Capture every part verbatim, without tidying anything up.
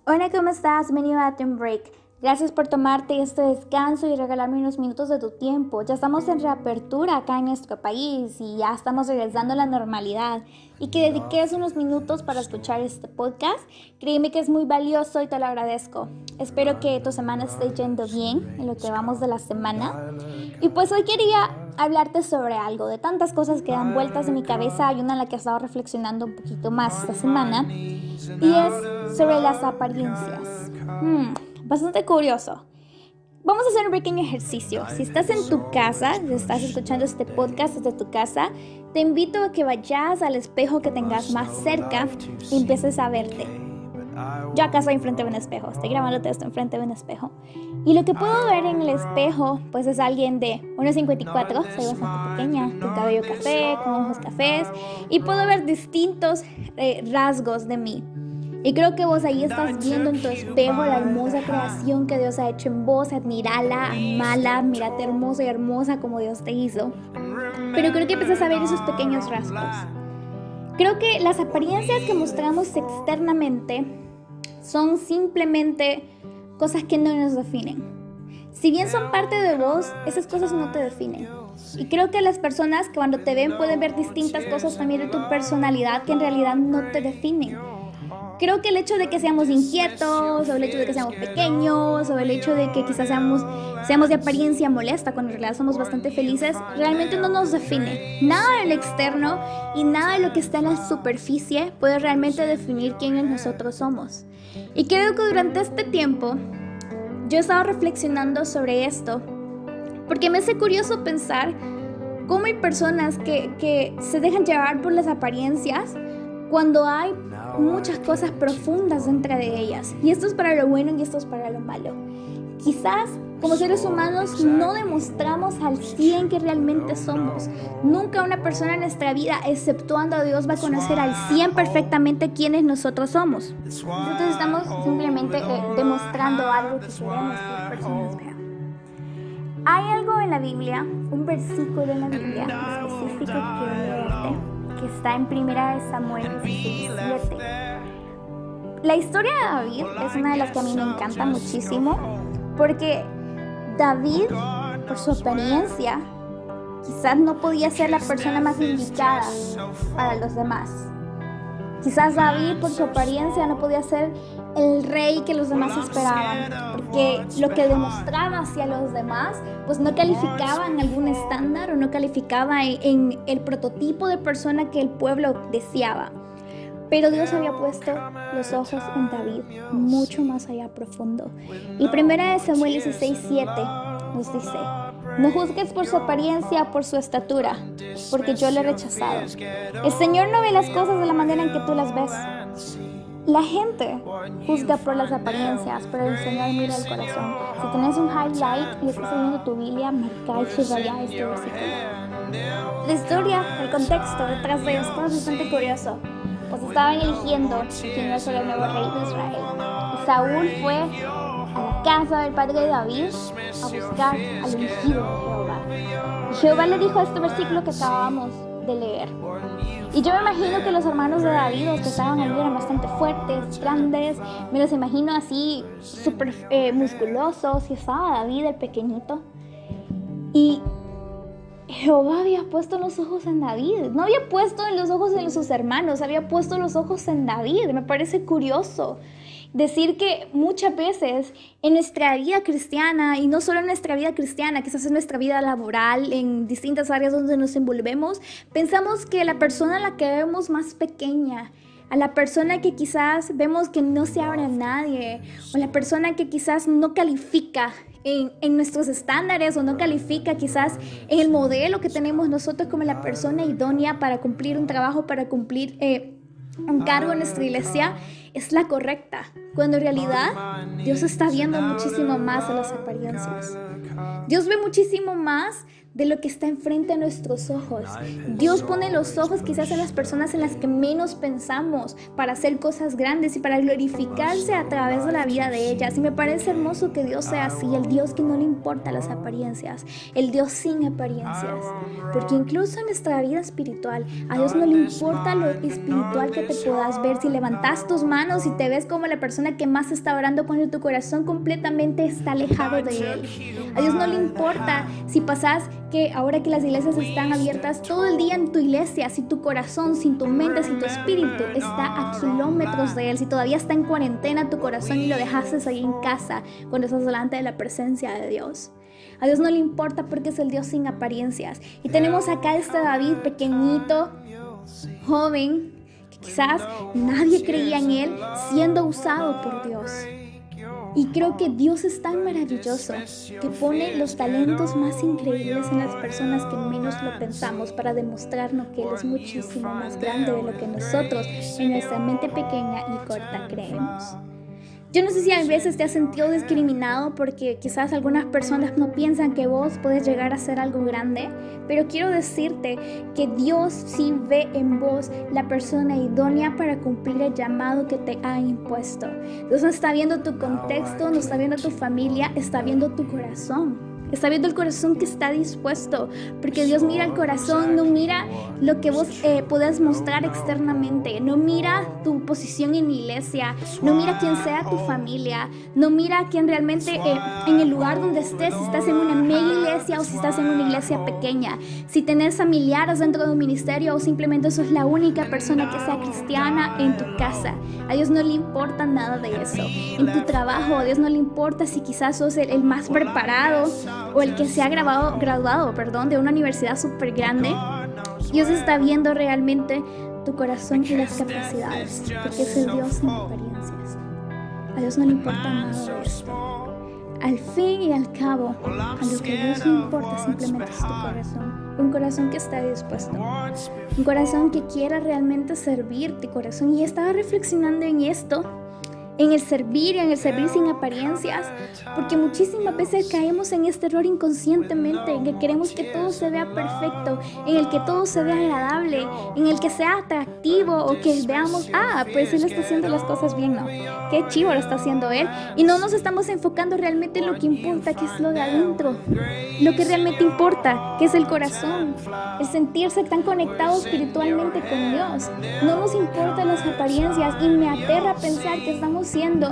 Hola, ¿cómo estás? Bienvenido a Atom Break. Gracias por tomarte este descanso y regalarme unos minutos de tu tiempo. Ya estamos en reapertura acá en nuestro país y ya estamos regresando a la normalidad. Y que dediques unos minutos para escuchar este podcast, créeme que es muy valioso y te lo agradezco. Espero que tu semana esté yendo bien en lo que vamos de la semana. Y pues hoy quería hablarte sobre algo, de tantas cosas que dan vueltas en mi cabeza. Hay una en la que he estado reflexionando un poquito más esta semana y es sobre las apariencias. Hmm. Bastante curioso. Vamos a hacer un pequeño ejercicio. Si estás en tu casa, si estás escuchando este podcast desde tu casa, te invito a que vayas al espejo que tengas más cerca y empieces a verte. Yo acá estoy enfrente de un espejo, estoy grabándote esto enfrente de un espejo. Y lo que puedo ver en el espejo, pues es alguien de uno cincuenta y cuatro, soy bastante pequeña, con cabello café, con ojos cafés, y puedo ver distintos eh, rasgos de mí. Y creo que vos ahí estás viendo en tu espejo la hermosa creación que Dios ha hecho en vos. Admirala, amala, mírate hermosa y hermosa como Dios te hizo. Pero creo que empiezas a ver esos pequeños rasgos. Creo que las apariencias que mostramos externamente son simplemente cosas que no nos definen. Si bien son parte de vos, esas cosas no te definen. Y creo que las personas que cuando te ven pueden ver distintas cosas también de tu personalidad que en realidad no te definen. Creo que el hecho de que seamos inquietos, o el hecho de que seamos pequeños, o el hecho de que quizás seamos, seamos de apariencia molesta, cuando en realidad somos bastante felices, realmente no nos define. Nada del externo y nada de lo que está en la superficie puede realmente definir quiénes nosotros somos. Y creo que durante este tiempo yo he estado reflexionando sobre esto, porque me hace curioso pensar cómo hay personas que, que se dejan llevar por las apariencias cuando hay muchas cosas profundas dentro de ellas. Y esto es para lo bueno y esto es para lo malo. Quizás como seres humanos no demostramos al cien que realmente somos. Nunca una persona en nuestra vida, exceptuando a Dios, va a conocer al cien perfectamente quiénes nosotros somos. Nosotros estamos simplemente eh, demostrando algo que queremos que las personas vean. Hay algo en la Biblia, un versículo en la Biblia específico que quiero leerte, que está en Primera de Samuel diecisiete. La historia de David es una de las que a mí me encanta muchísimo, porque David, por su apariencia, quizás no podía ser la persona más indicada para los demás. Quizás David, por su apariencia, no podía ser el rey que los demás esperaban, porque lo que demostraba hacia los demás pues no calificaba en algún estándar o no calificaba en, en el prototipo de persona que el pueblo deseaba. Pero Dios había puesto los ojos en David mucho más allá profundo. Y Primera de Samuel dieciséis siete nos dice: no juzgues por su apariencia o por su estatura, porque yo le he rechazado. El Señor no ve las cosas de la manera en que tú las ves. La gente juzga por las apariencias, pero el Señor mira el corazón. Si tienes un highlight y estás leyendo tu Biblia, marca y subraya este versículo. La historia, el contexto detrás de esto es bastante curioso. Pues estaban eligiendo quién iba a ser el nuevo rey de Israel. Y Saúl fue a la casa del padre de David a buscar al ungido de Jehová. Y Jehová le dijo este versículo que acabamos de leer. Y yo me imagino que los hermanos de David, los que estaban allí, eran bastante fuertes, grandes. Me los imagino así, súper eh, musculosos. Y estaba David, el pequeñito. Y Jehová había puesto los ojos en David. No había puesto en los ojos de sus hermanos, había puesto los ojos en David. Me parece curioso decir que muchas veces en nuestra vida cristiana, y no solo en nuestra vida cristiana, quizás en nuestra vida laboral, en distintas áreas donde nos envolvemos, pensamos que la persona a la que vemos más pequeña, a la persona que quizás vemos que no se abre a nadie, o la persona que quizás no califica en, en nuestros estándares, o no califica quizás en el modelo que tenemos nosotros como la persona idónea para cumplir un trabajo, para cumplir eh, un cargo en nuestra iglesia, es la correcta, cuando en realidad Dios está viendo muchísimo más de las apariencias. Dios ve muchísimo más de lo que está enfrente a nuestros ojos. Dios pone los ojos quizás en las personas en las que menos pensamos para hacer cosas grandes y para glorificarse a través de la vida de ellas. Y me parece hermoso que Dios sea así, el Dios que no le importa las apariencias, el Dios sin apariencias. Porque incluso en nuestra vida espiritual, a Dios no le importa lo espiritual que te puedas ver. Si levantas tus manos y te ves como la persona que más está orando cuando tu corazón completamente está alejado de Él. A Dios no le importa si pasas que ahora que las iglesias están abiertas todo el día en tu iglesia, si tu corazón, sin tu mente, sin tu espíritu está a kilómetros de Él, si todavía está en cuarentena tu corazón y lo dejaste ahí en casa cuando estás delante de la presencia de Dios. A Dios no le importa porque es el Dios sin apariencias. Y tenemos acá a este David pequeñito, joven, que quizás nadie creía en él, siendo usado por Dios. Y creo que Dios es tan maravilloso que pone los talentos más increíbles en las personas que menos lo pensamos para demostrarnos que Él es muchísimo más grande de lo que nosotros en nuestra mente pequeña y corta creemos. Yo no sé si a veces te has sentido discriminado porque quizás algunas personas no piensan que vos puedes llegar a ser algo grande, pero quiero decirte que Dios sí ve en vos la persona idónea para cumplir el llamado que te ha impuesto. Dios no está viendo tu contexto, no está viendo tu familia, está viendo tu corazón. Está viendo el corazón que está dispuesto, porque Dios mira el corazón, no mira lo que vos eh, puedas mostrar externamente, no mira tu posición en la iglesia, no mira quién sea tu familia, no mira quién realmente eh, en el lugar donde estés, si estás en una mega iglesia o si estás en una iglesia pequeña, si tenés familiares dentro de un ministerio o simplemente sos la única persona que sea cristiana en tu casa. A Dios no le importa nada de eso. En tu trabajo, a Dios no le importa si quizás sos el, el más preparado o el que se ha graduado, graduado perdón, de una universidad súper grande. Dios está viendo realmente tu corazón y las capacidades, porque es el Dios sin apariencias. A Dios no le importa nada de esto. Al fin y al cabo, a lo que a Dios le importa simplemente es tu corazón. Un corazón que está dispuesto. Un corazón que quiera realmente servirte, corazón. Y estaba reflexionando en esto, en el servir y en el servir sin apariencias, porque muchísimas veces caemos en este error inconscientemente, en que queremos que todo se vea perfecto, en el que todo se vea agradable, en el que sea atractivo o que veamos, ah, pues él está haciendo las cosas bien, ¿no? Qué chivo lo está haciendo él, y no nos estamos enfocando realmente en lo que importa, que es lo de adentro, lo que realmente importa, que es el corazón, el sentirse tan conectado espiritualmente con Dios. No nos importan las apariencias y me aterra pensar que estamos siendo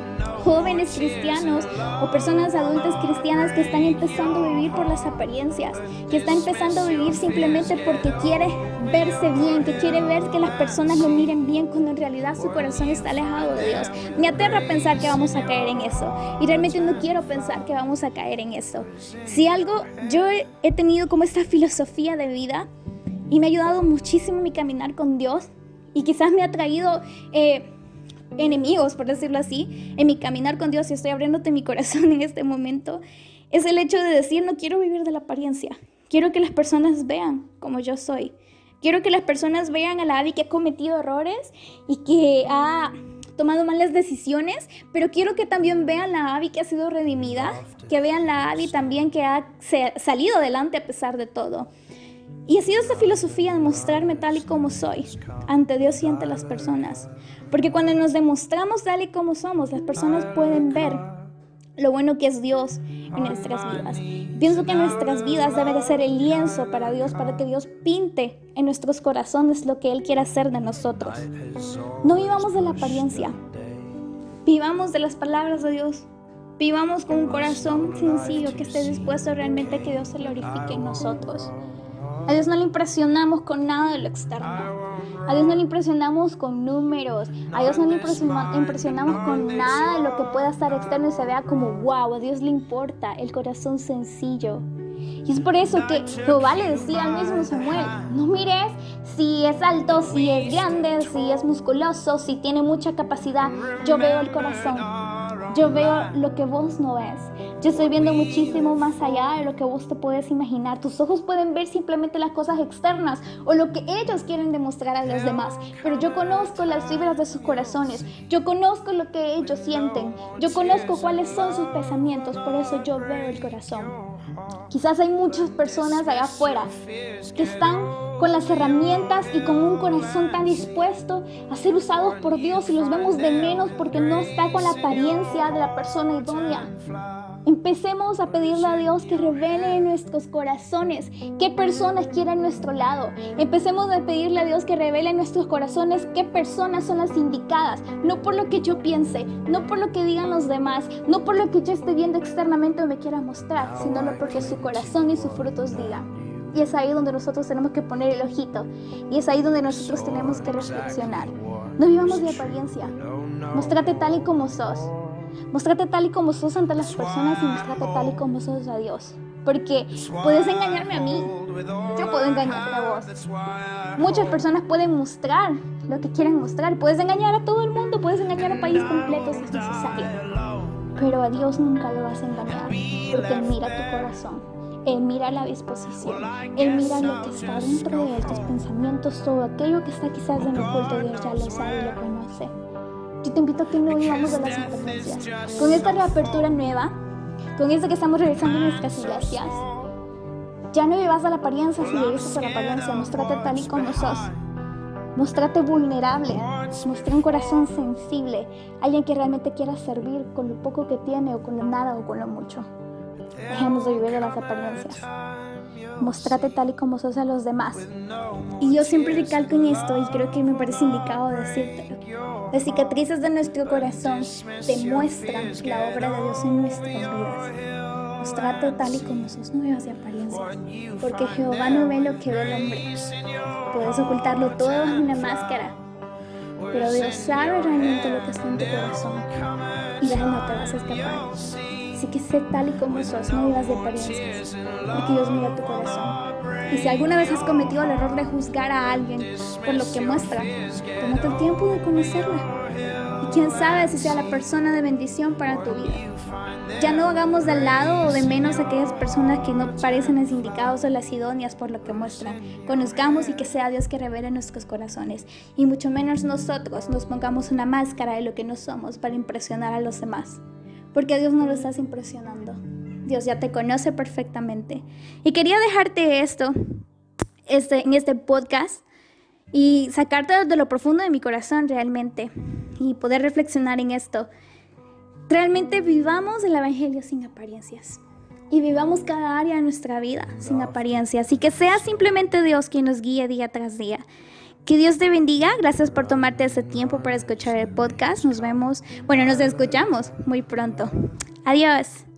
jóvenes cristianos o personas adultas cristianas que están empezando a vivir por las apariencias, que están empezando a vivir simplemente porque quiere verse bien, que quiere ver que las personas lo miren bien cuando en realidad su corazón está alejado de Dios. Me aterra pensar que vamos a caer en eso y realmente no quiero pensar que vamos a caer en eso. Si algo, yo he tenido como esta filosofía de vida y me ha ayudado muchísimo en mi caminar con Dios y quizás me ha traído eh, enemigos, por decirlo así, en mi caminar con Dios, y estoy abriéndote mi corazón en este momento, es el hecho de decir, no quiero vivir de la apariencia, quiero que las personas vean como yo soy, quiero que las personas vean a la Abby que ha cometido errores y que ha tomado malas decisiones, pero quiero que también vean la Abby que ha sido redimida, que vean la Abby también que ha salido adelante a pesar de todo. Y ha sido esa filosofía de mostrarme tal y como soy ante Dios y ante las personas. Porque cuando nos demostramos tal y como somos, las personas pueden ver lo bueno que es Dios en nuestras vidas. Pienso que nuestras vidas deben de ser el lienzo para Dios, para que Dios pinte en nuestros corazones lo que Él quiere hacer de nosotros. No vivamos de la apariencia, vivamos de las palabras de Dios. Vivamos con un corazón sencillo que esté dispuesto realmente a que Dios se glorifique en nosotros. A Dios no le impresionamos con nada de lo externo. A Dios no le impresionamos con números. A Dios no le impresionamos con nada de lo que pueda estar externo y se vea como wow. A Dios le importa el corazón sencillo. Y es por eso que Jehová le decía al mismo Samuel, no mires si es alto, si es grande, si es musculoso, si tiene mucha capacidad. Yo veo el corazón. Yo veo lo que vos no ves. Yo estoy viendo muchísimo más allá de lo que vos te puedes imaginar. Tus ojos pueden ver simplemente las cosas externas o lo que ellos quieren demostrar a los demás. Pero yo conozco las fibras de sus corazones. Yo conozco lo que ellos sienten. Yo conozco cuáles son sus pensamientos. Por eso yo veo el corazón. Quizás hay muchas personas allá afuera que están con las herramientas y con un corazón tan dispuesto a ser usados por Dios y los vemos de menos porque no está con la apariencia de la persona idónea. Empecemos a pedirle a Dios que revele en nuestros corazones qué personas quiere a nuestro lado. Empecemos a pedirle a Dios que revele en nuestros corazones qué personas son las indicadas. No por lo que yo piense, no por lo que digan los demás, no por lo que yo esté viendo externamente o me quiera mostrar, sino porque su corazón y sus frutos digan. Y es ahí donde nosotros tenemos que poner el ojito. Y es ahí donde nosotros tenemos que reflexionar. No vivamos de apariencia. Mostrate tal y como sos. Mostrate tal y como sos ante las personas y mostrate tal y como sos a Dios. Porque puedes engañarme a mí, yo puedo engañarte a vos. Muchas personas pueden mostrar lo que quieren mostrar. Puedes engañar a todo el mundo, puedes engañar a país completo si es necesario. Pero a Dios nunca lo vas a engañar, porque Él mira tu corazón. Él mira la disposición, Él mira lo que está dentro de estos pensamientos, todo aquello que está quizás en oculto, Dios ya lo sabe y lo conoce. Yo te invito a que no vivamos de las apariencias. Con esta reapertura nueva, con esto que estamos regresando en nuestras iglesias, ya no vivas a la apariencia si vives a la apariencia, mostrate tal y como sos. Mostrate vulnerable, muestra un corazón sensible, alguien que realmente quiera servir con lo poco que tiene o con lo nada o con lo mucho. Dejemos de vivir de las apariencias. Mostrate tal y como sos a los demás. Y yo siempre recalco en esto y creo que me parece indicado decírtelo. Las cicatrices de nuestro corazón demuestran la obra de Dios en nuestras vidas. Mostrate tal y como sos, no vivas de apariencias, porque Jehová no ve lo que ve el hombre. Puedes ocultarlo todo bajo una máscara, pero Dios sabe realmente lo que está en tu corazón y de él no te vas a escapar. Así que sé tal y como sos, no vivas de apariencias, porque Dios mira tu corazón. Y si alguna vez has cometido el error de juzgar a alguien por lo que muestra, tómate el tiempo de conocerla. Y quién sabe si sea la persona de bendición para tu vida. Ya no hagamos de lado o de menos a aquellas personas que no parecen las indicadas o las idóneas por lo que muestran. Conozcamos y que sea Dios que revele nuestros corazones. Y mucho menos nosotros nos pongamos una máscara de lo que no somos para impresionar a los demás. Porque a Dios no lo estás impresionando. Dios ya te conoce perfectamente. Y quería dejarte esto este, en este podcast y sacarte de lo profundo de mi corazón realmente y poder reflexionar en esto. Realmente vivamos el Evangelio sin apariencias y vivamos cada área de nuestra vida sin apariencias y que sea simplemente Dios quien nos guíe día tras día. Que Dios te bendiga. Gracias por tomarte ese tiempo para escuchar el podcast. Nos vemos, bueno, nos escuchamos muy pronto. Adiós.